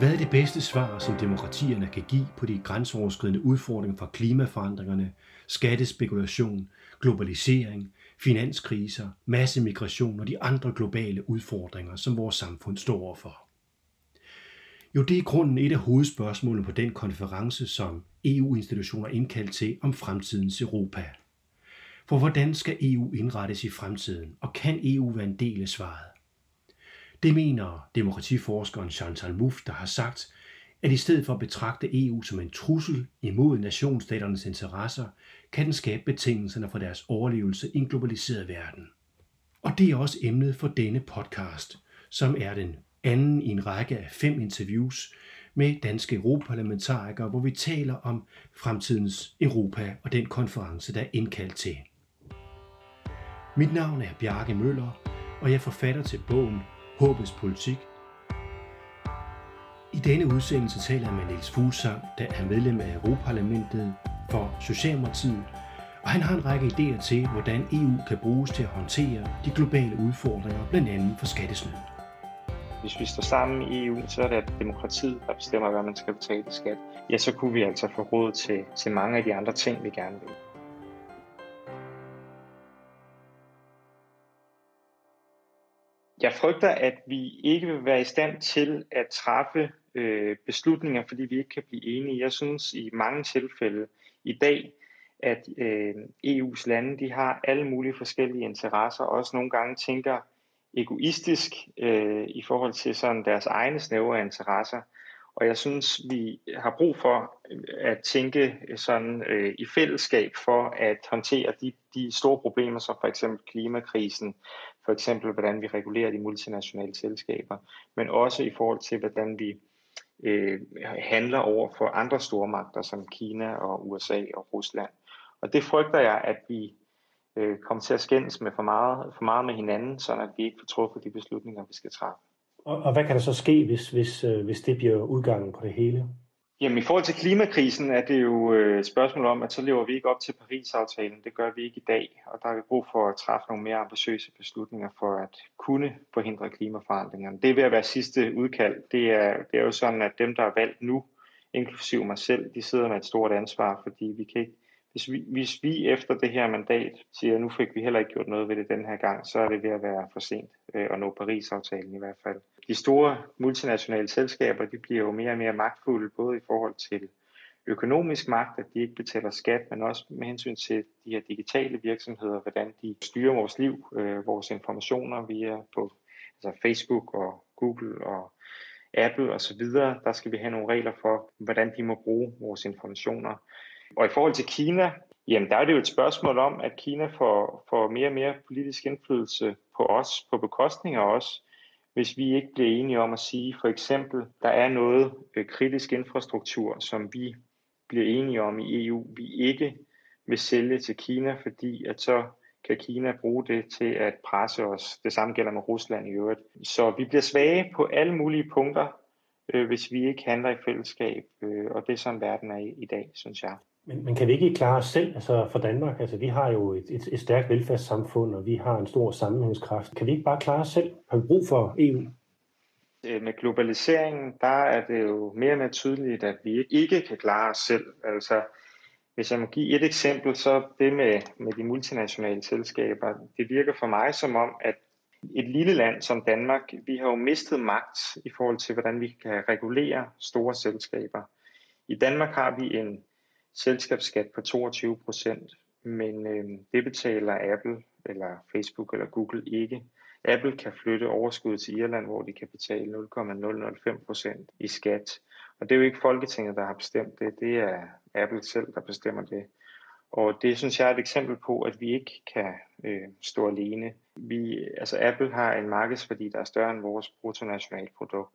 Hvad er det bedste svar, som demokratierne kan give på de grænseoverskridende udfordringer fra klimaforandringerne, skattespekulation, globalisering, finanskriser, massemigration og de andre globale udfordringer, som vores samfund står overfor? Jo, det er i grunden et af hovedspørgsmålene på den konference, som EU-institutioner er indkaldt til om fremtidens Europa. For hvordan skal EU indrettes i fremtiden, og kan EU være en del af svaret? Det mener demokratiforskeren Chantal Mouffe, der har sagt, at i stedet for at betragte EU som en trussel imod nationsstaternes interesser, kan den skabe betingelserne for deres overlevelse i en globaliseret verden. Og det er også emnet for denne podcast, som er den anden i en række af 5 interviews med danske europaparlamentarikere, hvor vi taler om fremtidens Europa og den konference, der er indkaldt til. Mit navn er Bjarke Møller, og jeg er forfatter til bogen Håbets politik. I denne udsendelse taler jeg med Niels Fuglsang, der er medlem af Europaparlamentet for Socialdemokratiet, og han har en række idéer til, hvordan EU kan bruges til at håndtere de globale udfordringer, blandt andet for skattesnyd. Hvis vi står sammen i EU, så er det demokratiet, der bestemmer, hvad man skal betale i skat. Ja, så kunne vi altså få råd til mange af de andre ting, vi gerne vil. Jeg frygter, at vi ikke vil være i stand til at træffe beslutninger, fordi vi ikke kan blive enige. Jeg synes i mange tilfælde i dag, at EU's lande de har alle mulige forskellige interesser, og også nogle gange tænker egoistisk i forhold til sådan deres egne snævre interesser. Og jeg synes, vi har brug for at tænke sådan i fællesskab for at håndtere de store problemer, som for eksempel klimakrisen, for eksempel hvordan vi regulerer de multinationale selskaber, men også i forhold til, hvordan vi handler over for andre stormagter som Kina og USA og Rusland. Og det frygter jeg, at vi kommer til at skændes med for meget med hinanden, så at vi ikke får truffet de beslutninger, vi skal træffe. Og hvad kan der så ske, hvis det bliver udgangen på det hele? Jamen i forhold til klimakrisen er det jo et spørgsmål om, at så lever vi ikke op til Paris-aftalen. Det gør vi ikke i dag, og der er vi brug for at træffe nogle mere ambitiøse beslutninger for at kunne forhindre klimaforandringerne. Det er ved at være sidste udkald. Det er jo sådan, at dem, der er valgt nu, inklusive mig selv, de sidder med et stort ansvar, fordi vi kan ikke. Hvis vi efter det her mandat siger, at nu fik vi heller ikke gjort noget ved det den her gang, så er det ved at være for sent at nå Paris-aftalen i hvert fald. De store multinationale selskaber, de bliver jo mere og mere magtfulde, både i forhold til økonomisk magt, at de ikke betaler skat, men også med hensyn til de her digitale virksomheder, hvordan de styrer vores liv, vores informationer via på altså Facebook og Google og Apple osv. Der skal vi have nogle regler for, hvordan de må bruge vores informationer. Og i forhold til Kina, jamen der er det jo et spørgsmål om, at Kina får mere og mere politisk indflydelse på os, på bekostning af os, hvis vi ikke bliver enige om at sige, for eksempel, der er noget kritisk infrastruktur, som vi bliver enige om i EU, vi ikke vil sælge til Kina, fordi at så kan Kina bruge det til at presse os. Det samme gælder med Rusland i øvrigt. Så vi bliver svage på alle mulige punkter, hvis vi ikke handler i fællesskab, og det er sådan verden er i dag, synes jeg. Men kan vi ikke klare os selv, altså for Danmark? Altså vi har jo et stærkt velfærdssamfund, og vi har en stor sammenhængskraft. Kan vi ikke bare klare os selv? Har vi brug for EU? Med globaliseringen, der er det jo mere og mere tydeligt, at vi ikke kan klare os selv. Altså, hvis jeg må give et eksempel, så det med de multinationale selskaber, det virker for mig som om, at et lille land som Danmark, vi har jo mistet magt i forhold til, hvordan vi kan regulere store selskaber. I Danmark har vi en selskabsskat på 22%, men det betaler Apple eller Facebook eller Google ikke. Apple kan flytte overskud til Irland, hvor de kan betale 0,005% i skat. Og det er jo ikke Folketinget, der har bestemt det. Det er Apple selv, der bestemmer det. Og det synes jeg er et eksempel på, at vi ikke kan stå alene. Apple har en markedsværdi, der er større end vores bruttonationalprodukt.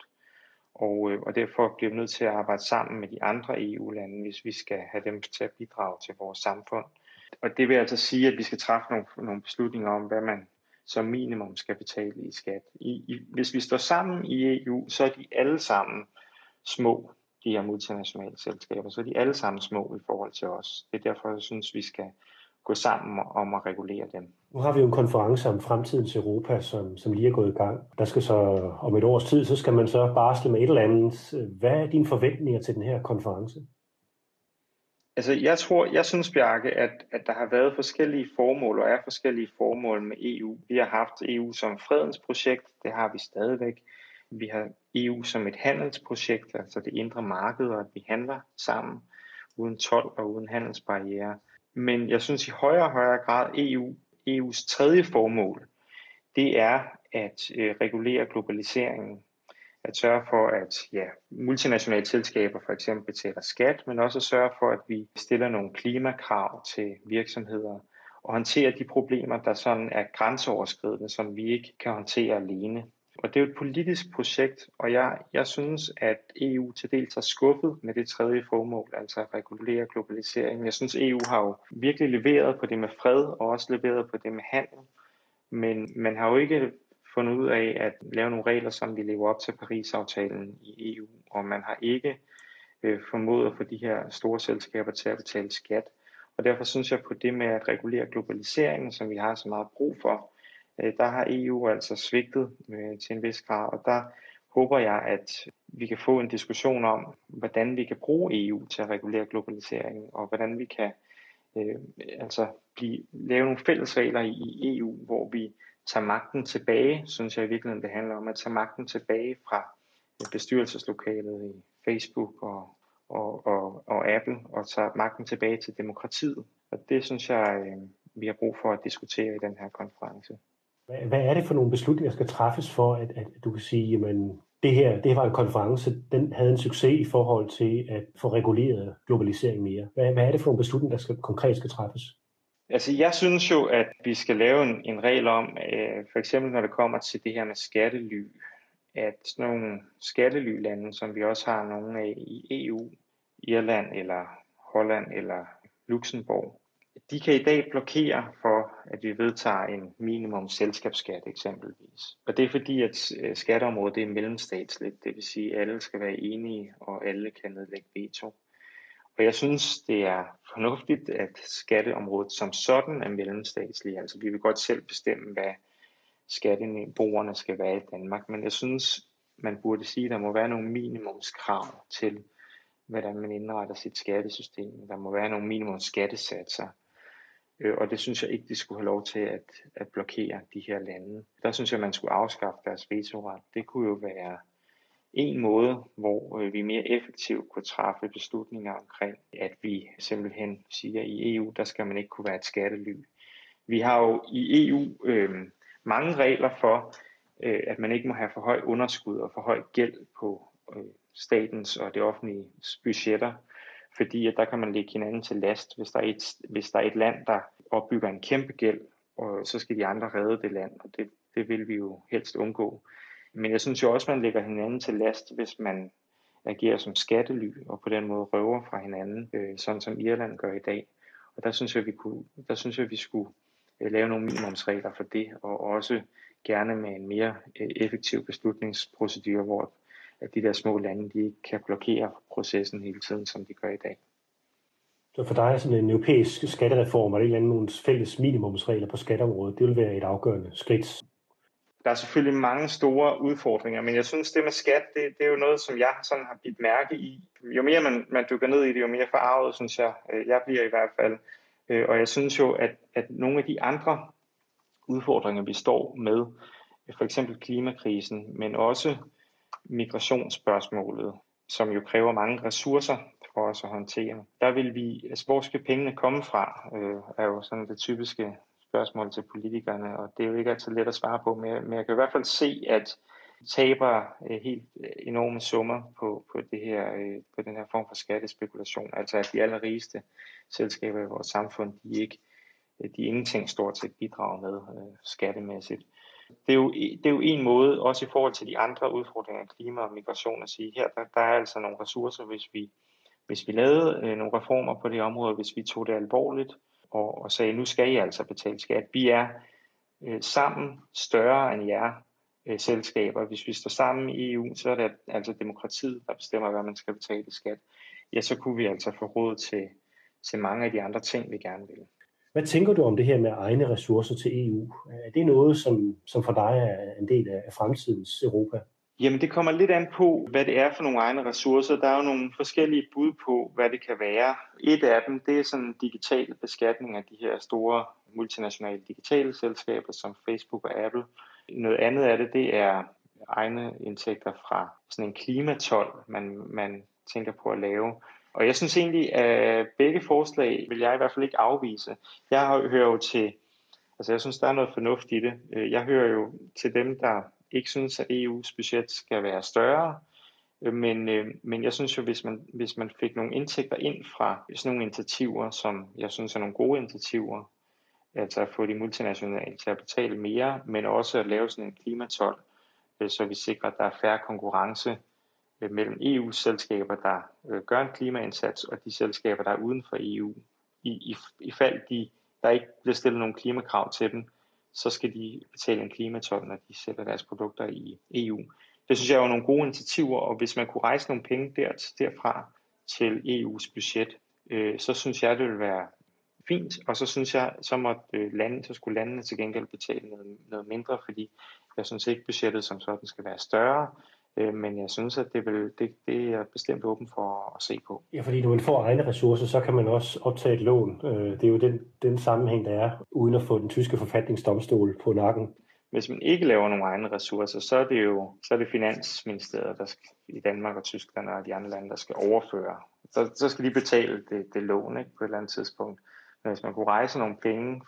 Og derfor bliver vi nødt til at arbejde sammen med de andre EU-lande, hvis vi skal have dem til at bidrage til vores samfund. Og det vil altså sige, at vi skal træffe nogle beslutninger om, hvad man som minimum skal betale i skat. Hvis vi står sammen i EU, så er de alle sammen små, de her multinationale selskaber. Så er de alle sammen små i forhold til os. Det er derfor, jeg synes, vi skal gå sammen om at regulere dem. Nu har vi jo en konference om fremtidens Europa, som lige er gået i gang. Der skal så om et års tid, så skal man så barsle med et eller andet. Hvad er dine forventninger til den her konference? Altså jeg synes, Bjarke, at der har været forskellige formål og er forskellige formål med EU. Vi har haft EU som fredens projekt, det har vi stadigvæk. Vi har EU som et handelsprojekt, altså det indre marked, og at vi handler sammen uden told og uden handelsbarrierer. Men jeg synes i højere og højere grad EU's tredje formål, det er at regulere globaliseringen. At sørge for, at multinationale selskaber for eksempel betaler skat, men også at sørge for, at vi stiller nogle klimakrav til virksomheder og håndterer de problemer, der sådan er grænseoverskridende, som vi ikke kan håndtere alene. Og det er jo et politisk projekt, og jeg synes, at EU til dels har skuffet med det tredje formål, altså at regulere globaliseringen. Jeg synes, EU har jo virkelig leveret på det med fred og også leveret på det med handel, men man har jo ikke fundet ud af at lave nogle regler, som vi lever op til Paris-aftalen i EU, og man har ikke formået at få de her store selskaber til at betale skat. Og derfor synes jeg på det med at regulere globaliseringen, som vi har så meget brug for, der har EU altså svigtet til en vis grad, og der håber jeg, at vi kan få en diskussion om, hvordan vi kan bruge EU til at regulere globaliseringen, og hvordan vi kan lave nogle fælles regler i EU, hvor vi tager magten tilbage, synes jeg i virkeligheden det handler om at tage magten tilbage fra bestyrelseslokalet i Facebook og Apple, og tage magten tilbage til demokratiet. Og det synes jeg, vi har brug for at diskutere i den her konference. Hvad er det for nogle beslutninger, der skal træffes for, at du kan sige, jamen det var en konference, den havde en succes i forhold til at få reguleret globalisering mere. Hvad er det for nogle beslutninger, der konkret skal træffes? Altså jeg synes jo, at vi skal lave en regel om, for eksempel når det kommer til det her med skattely, at sådan nogle skattelylande, som vi også har nogle af i EU, Irland eller Holland eller Luxembourg, de kan i dag blokere for, at vi vedtager en minimum selskabsskat eksempelvis. Og det er fordi, at skatteområdet det er mellemstatsligt, det vil sige, at alle skal være enige, og alle kan nedlægge veto. Og jeg synes, det er fornuftigt, at skatteområdet som sådan er mellemstatsligt. Altså vi vil godt selv bestemme, hvad skatteniveauerne skal være i Danmark. Men jeg synes, man burde sige, at der må være nogle minimumskrav til, hvordan man indretter sit skattesystem. Der må være nogle minimumsskattesatser. Og det synes jeg ikke, de skulle have lov til at blokere de her lande. Der synes jeg, man skulle afskaffe deres vetoret. Det kunne jo være en måde, hvor vi mere effektivt kunne træffe beslutninger omkring, at vi simpelthen siger, at i EU, der skal man ikke kunne være et skattely. Vi har jo i EU mange regler for, at man ikke må have for høj underskud og for høj gæld på statens og det offentlige budgetter, fordi at der kan man lægge hinanden til last, hvis der er et land, der opbygger en kæmpe gæld, og så skal de andre redde det land, og det vil vi jo helst undgå. Men jeg synes jo også, man lægger hinanden til last, hvis man agerer som skattely, og på den måde røver fra hinanden, sådan som Irland gør i dag. Og der synes jeg, vi skulle lave nogle minimumsregler for det, og også gerne med en mere effektiv beslutningsprocedure, hvor at de der små lande, de ikke kan blokere processen hele tiden, som de gør i dag. Så for dig er sådan en europæisk skattereform, og det er nogle fælles minimumsregler på skatteområdet, det vil være et afgørende skridt. Der er selvfølgelig mange store udfordringer, men jeg synes, det med skat, det er jo noget, som jeg sådan har bidt mærke i. Jo mere man dykker ned i det, jo mere forarvet, synes jeg bliver i hvert fald. Og jeg synes jo, at nogle af de andre udfordringer, vi står med, for eksempel klimakrisen, men også migrationsspørgsmålet, som jo kræver mange ressourcer for os at håndtere. Der vil hvor skal pengene komme fra, er jo sådan det typiske spørgsmål til politikerne, og det er jo ikke altid let at svare på, men jeg kan i hvert fald se, at taber helt enorme summer på den her form for skattespekulation, altså at de allerrigeste selskaber i vores samfund, de ingenting stort set bidrager med skattemæssigt. Det er jo en måde, også i forhold til de andre udfordringer af klima og migration, at sige, her der er altså nogle ressourcer, hvis vi lavede nogle reformer på det område, hvis vi tog det alvorligt, og sagde, nu skal I altså betale skat. Vi er sammen større end jer selskaber. Hvis vi står sammen i EU, så er det altså demokratiet, der bestemmer, hvad man skal betale i skat. Ja, så kunne vi altså få råd til mange af de andre ting, vi gerne vil. Hvad tænker du om det her med egne ressourcer til EU? Er det noget, som for dig er en del af fremtidens Europa? Jamen det kommer lidt an på, hvad det er for nogle egne ressourcer. Der er jo nogle forskellige bud på, hvad det kan være. Et af dem, det er sådan digital beskatning af de her store multinationale digitale selskaber som Facebook og Apple. Noget andet af det, det er egne indtægter fra sådan en klimatol, man tænker på at lave. Og jeg synes egentlig, at begge forslag vil jeg i hvert fald ikke afvise. Jeg hører jo til, altså jeg synes, der er noget fornuft i det. Jeg hører jo til dem, der ikke synes, at EU's budget skal være større, men jeg synes jo, hvis man fik nogle indtægter ind fra sådan nogle initiativer, som jeg synes er nogle gode initiativer, altså at få de multinationale til at betale mere, men også at lave sådan en klimatol, så vi sikrer, at der er fair konkurrence mellem EU's selskaber, der gør en klimaindsats, og de selskaber, der er uden for EU. I fald der ikke bliver stillet nogle klimakrav til dem, så skal de betale en klimatol, når de sælger deres produkter i EU. Det synes jeg er jo nogle gode initiativer, og hvis man kunne rejse nogle penge derfra til EU's budget, så synes jeg, det vil være fint, og så synes jeg, så skulle landene til gengæld betale noget mindre, fordi jeg synes ikke, budgettet som sådan skal være større, men jeg synes, at det er bestemt åben for at se på. Ja, fordi når man får egne ressourcer, så kan man også optage et lån. Det er jo den sammenhæng, der er, uden at få den tyske forfatningsdomstol på nakken. Hvis man ikke laver nogle egne ressourcer, så er det Finansministeriet, der skal, i Danmark og Tyskland og de andre lande, der skal overføre. Så skal de betale det lån, ikke, på et eller andet tidspunkt. Men hvis man kunne rejse nogle penge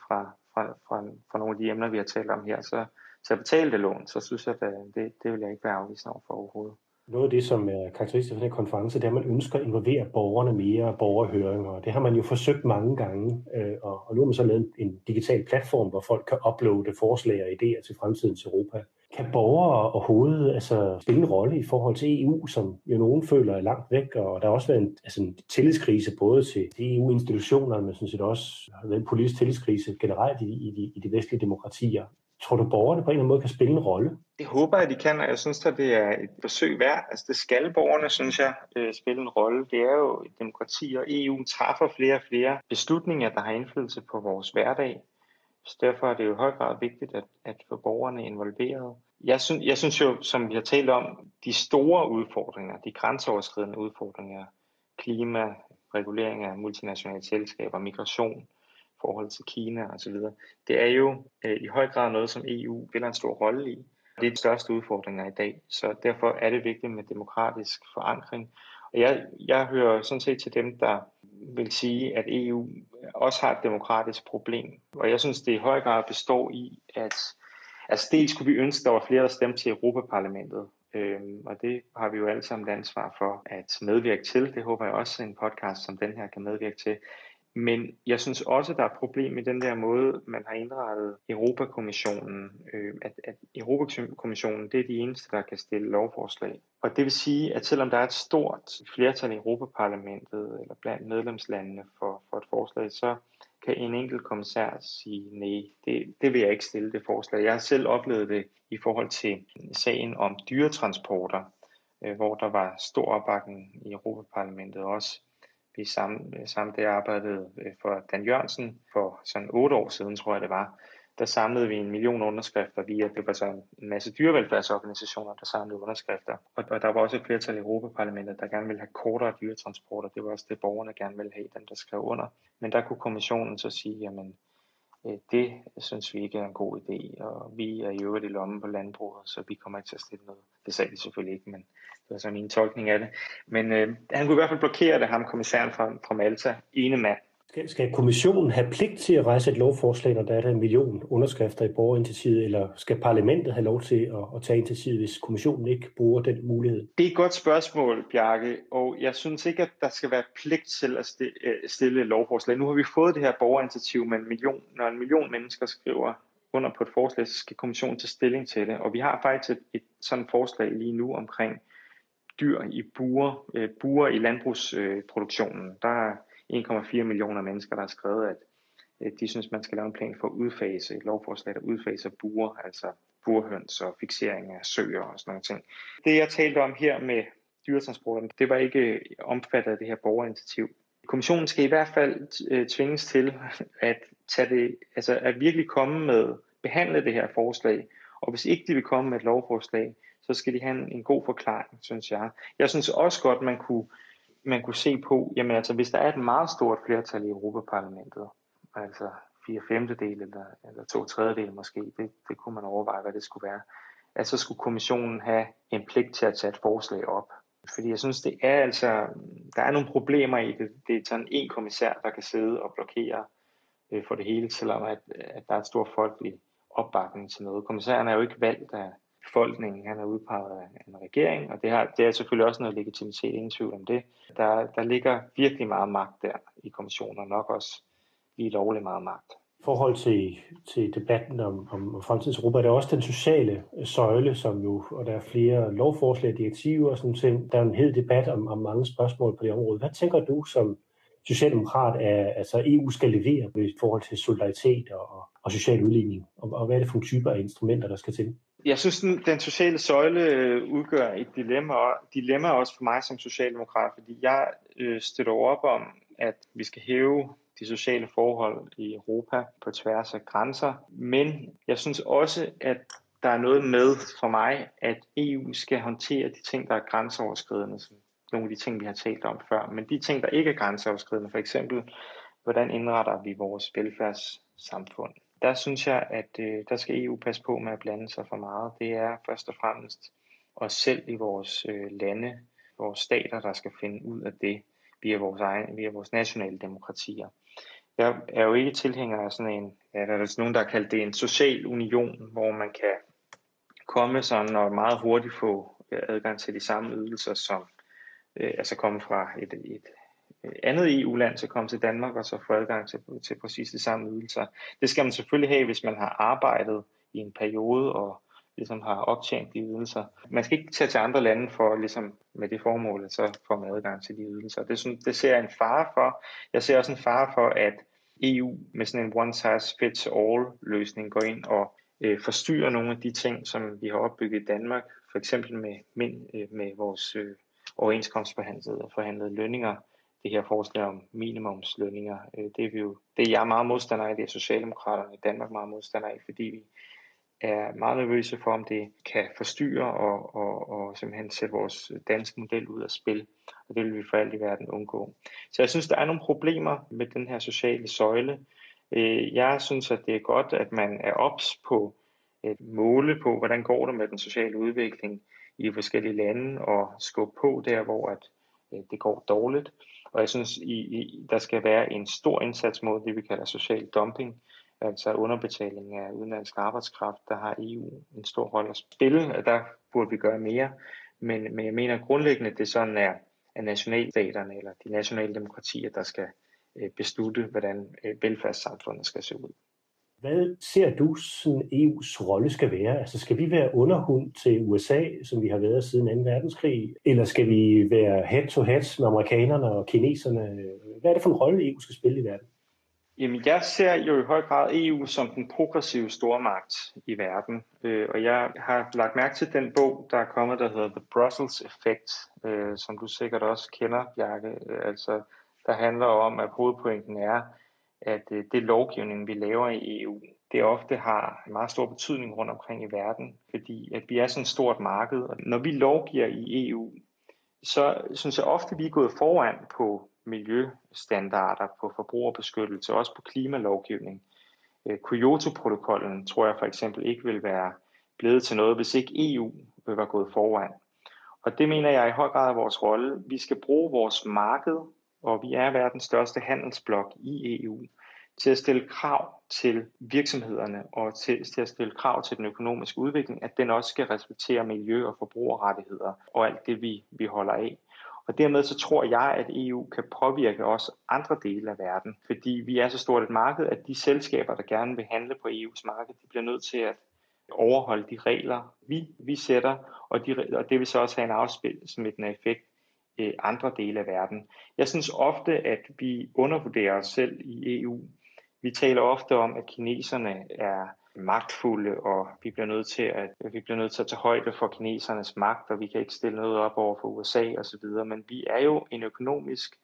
fra nogle af de emner, vi har talt om her, så til at betale det lån, så synes jeg, at det vil jeg ikke være afvisende over for overhovedet. Noget af det, som er karakteristisk for den her konference, det er, at man ønsker at involvere borgerne mere, borgerhøringer. Det har man jo forsøgt mange gange, og nu har man så lavet en digital platform, hvor folk kan uploade forslag og idéer til fremtidens Europa. Kan borgere overhovedet spille en rolle i forhold til EU, som jo nogen føler er langt væk, og der har også været en tillidskrise både til EU-institutionerne, men sådan set også har været en politisk tillidskrise generelt i de vestlige demokratier. Tror du, borgerne på en eller anden måde kan spille en rolle? Det håber jeg, de kan, og jeg synes, at det er et forsøg værd. Altså det skal borgerne, synes jeg, spille en rolle. Det er jo et demokrati, og EU træffer flere og flere beslutninger, der har indflydelse på vores hverdag. Så derfor er det jo i høj grad vigtigt at få borgerne involveret. Jeg synes jo, som vi har talt om, de store udfordringer, de grænseoverskridende udfordringer, klima, regulering af multinationale selskaber, migration, forhold til Kina osv., det er jo i høj grad noget, som EU spiller en stor rolle i. Det er de største udfordringer i dag, så derfor er det vigtigt med demokratisk forankring. Og jeg hører sådan set til dem, der vil sige, at EU også har et demokratisk problem. Og jeg synes, det i høj grad består i, at dels kunne vi ønske, at der var flere, der stemte til Europaparlamentet. Og det har vi jo alle sammen et ansvar for at medvirke til. Det håber jeg også, en podcast som den her kan medvirke til. Men jeg synes også, der er et problem i den der måde, man har indrettet Europakommissionen. At Europakommissionen, det er de eneste, der kan stille lovforslag. Og det vil sige, at selvom der er et stort flertal i Europaparlamentet eller blandt medlemslandene for et forslag, så kan en enkelt kommissær sige, nej, det vil jeg ikke stille det forslag. Jeg har selv oplevet det i forhold til sagen om dyretransporter, hvor der var stor opbakning i Europaparlamentet også. Vi samme dag arbejdede for Dan Jørgensen for sådan 8 år siden, tror jeg det var. Der samlede vi 1 million underskrifter via, det var så en masse dyrevelfærdsorganisationer, der samlede underskrifter. Og der var også et flertal i Europaparlamentet, der gerne ville have kortere dyretransporter. Det var også det, borgerne gerne ville have, dem der skrev under. Men der kunne kommissionen så sige, jamen det synes vi ikke er en god idé, og vi er i øvrigt i lommen på landbruget, så vi kommer ikke til at stille noget. Det sagde de selvfølgelig ikke, men det var så min tolkning af det. Men han kunne i hvert fald blokere det, ham kommissæren fra Malta, ene mand. Skal kommissionen have pligt til at rejse et lovforslag, når der er 1 million underskrifter i borgerinitiativet, eller skal parlamentet have lov til at tage initiativet, hvis kommissionen ikke bruger den mulighed? Det er et godt spørgsmål, Bjarke, og jeg synes ikke, at der skal være pligt til at stille et lovforslag. Nu har vi fået det her borgerinitiativ med 1 million. Når 1 million mennesker skriver under på et forslag, så skal kommissionen tage stilling til det. Og vi har faktisk et sådan forslag lige nu omkring dyr i buer i landbrugsproduktionen. Der er 1,4 millioner mennesker, der har skrevet, at de synes, man skal lave en plan for at udfase et lovforslag, der udfaser buer, altså burhøns og fiksering af søer og sådan nogle ting. Det jeg talte om her med dyretransporten, det var ikke omfattet af det her borgerinitiativ. kommissionen skal i hvert fald tvinges til at tage det, altså at virkelig behandle det her forslag. Og hvis ikke de vil komme med et lovforslag, så skal de have en god forklaring, synes jeg. Jeg synes også godt, man kunne se på, jamen altså hvis der er et meget stort flertal i Europaparlamentet, altså 4/5 eller 2/3 måske, det kunne man overveje, hvad det skulle være, at så skulle kommissionen have en pligt til at tage et forslag op. Fordi jeg synes, der er nogle problemer i det. Det er sådan en kommissær, der kan sidde og blokere for det hele, selvom at der er et stort folkelig opbakning til noget. Kommissæren er jo ikke valgt af befolkningen, han er udpeget af en regering, og det er selvfølgelig også noget legitimitet, ingen tvivl om det. Der ligger virkelig meget magt der i kommissionen, og nok også lige lovlig meget magt. I forhold til debatten om fremtidens Europa, der er også den sociale søjle, som jo, og der er flere lovforslag, direktiver og sådan ting. Der er en hel debat om mange spørgsmål på det område. Hvad tænker du som socialdemokrat, altså EU skal levere i forhold til solidaritet og social udligning? Og hvad er det for typer af instrumenter, der skal til? Jeg synes, den sociale søjle udgør et dilemma også for mig som socialdemokrat, fordi jeg støtter op om, at vi skal hæve de sociale forhold i Europa på tværs af grænser. Men jeg synes også, at der er noget med for mig, at EU skal håndtere de ting, der er grænseoverskridende, som nogle af de ting, vi har talt om før. Men de ting, der ikke er grænseoverskridende, for eksempel, hvordan indretter vi vores velfærdssamfund? Der synes jeg, at der skal EU passe på med at blande sig for meget. Det er først og fremmest os selv i vores lande, vores stater, der skal finde ud af det via vores nationale demokratier. Jeg er jo ikke tilhænger af sådan en, der er nogen, der har kaldt det en social union, hvor man kan komme sådan og meget hurtigt få adgang til de samme ydelser, som altså komme fra et andet EU-land, så komme til Danmark og så få adgang til præcis de samme ydelser. Det skal man selvfølgelig have, hvis man har arbejdet i en periode og ligesom har optjent de ydelser. Man skal ikke tage til andre lande for ligesom med det formål, at så får man adgang til de ydelser. Det ser jeg en fare for. Jeg ser også en fare for, at EU med sådan en one-size-fits-all løsning går ind og forstyrrer nogle af de ting, som vi har opbygget i Danmark, for eksempel med vores overenskomstforhandlede lønninger, det her forslag om minimumslønninger. Det er jeg meget modstander af, det er Socialdemokraterne i Danmark meget modstander af, fordi vi er meget nervøse for, om det kan forstyrre og simpelthen sætte vores danske model ud af spil, og det vil vi for alt i verden undgå. Så jeg synes, der er nogle problemer med den her sociale søjle. Jeg synes, at det er godt, at man er ops på at måle på, hvordan går det med den sociale udvikling i de forskellige lande, og skubbe på der, hvor at det går dårligt. Og jeg synes, der skal være en stor indsats mod det, vi kalder social dumping, altså underbetaling af udenlandsk arbejdskraft. Der har EU en stor rolle at spille, og der burde vi gøre mere. Men jeg mener grundlæggende, at det sådan er nationalstaterne eller de nationale demokratier, der skal beslutte, hvordan velfærdssamfundet skal se ud. Hvad ser du, sådan EU's rolle skal være? Altså skal vi være underhund til USA, som vi har været siden 2. verdenskrig? Eller skal vi være head-to-head med amerikanerne og kineserne? Hvad er det for en rolle, EU skal spille i verden? Jamen, jeg ser jo i høj grad EU som den progressive stormagt i verden. Og jeg har lagt mærke til den bog, der er kommet, der hedder The Brussels Effect, som du sikkert også kender, Bjarke. Altså, der handler om, at hovedpointen er, at det lovgivning, vi laver i EU, det ofte har en meget stor betydning rundt omkring i verden, fordi at vi er sådan et stort marked. Og når vi lovgiver i EU, så synes jeg ofte, at vi er gået foran på miljøstandarder, på forbrugerbeskyttelse, også på klimalovgivning. Kyoto-protokollen tror jeg for eksempel ikke vil være blevet til noget, hvis ikke EU var gået foran. Og det mener jeg i høj grad er vores rolle. Vi skal bruge vores marked, og vi er verdens største handelsblok i EU, til at stille krav til virksomhederne og til at stille krav til den økonomiske udvikling, at den også skal respektere miljø- og forbrugerrettigheder og alt det, vi holder af. Og dermed så tror jeg, at EU kan påvirke også andre dele af verden, fordi vi er så stort et marked, at de selskaber, der gerne vil handle på EU's marked, de bliver nødt til at overholde de regler, vi sætter, og det vil så også have en afsmittende effekt i andre dele af verden. Jeg synes ofte, at vi undervurderer os selv i EU. Vi taler ofte om, at kineserne er magtfulde, og vi bliver nødt til at tage højde for kinesernes magt, og vi kan ikke stille noget op over for USA osv. Men vi er jo en økonomisk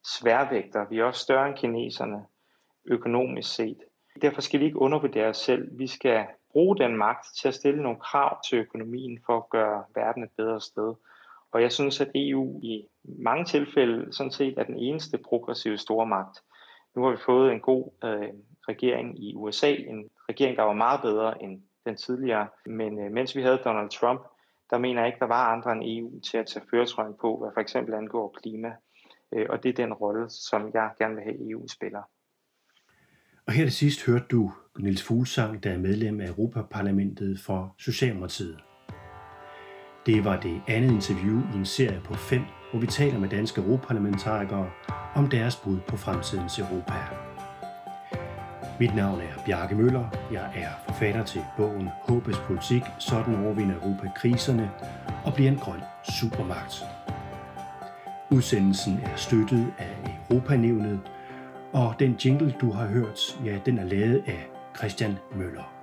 sværvægter. Vi er også større end kineserne økonomisk set. Derfor skal vi ikke undervurdere os selv. Vi skal bruge den magt til at stille nogle krav til økonomien for at gøre verden et bedre sted. Og jeg synes, at EU i mange tilfælde sådan set er den eneste progressive stormagt. Nu har vi fået en god regering i USA, en regering, der var meget bedre end den tidligere. Men mens vi havde Donald Trump, der mener jeg ikke, der var andre end EU til at tage førertrøjen på, hvad for eksempel angår klima. Og det er den rolle, som jeg gerne vil have EU spiller. Og her til sidst hørte du Niels Fuglsang, der er medlem af Europaparlamentet for Socialdemokratiet. Det var det andet interview i en serie på 5, hvor vi taler med danske europaparlamentarikere om deres bud på fremtidens Europa. Mit navn er Bjarke Møller. Jeg er forfatter til bogen Håbets politik, sådan overvinder Europa kriserne og bliver en grøn supermagt. Udsendelsen er støttet af Europanævnet, og den jingle, du har hørt, ja, den er lavet af Christian Møller.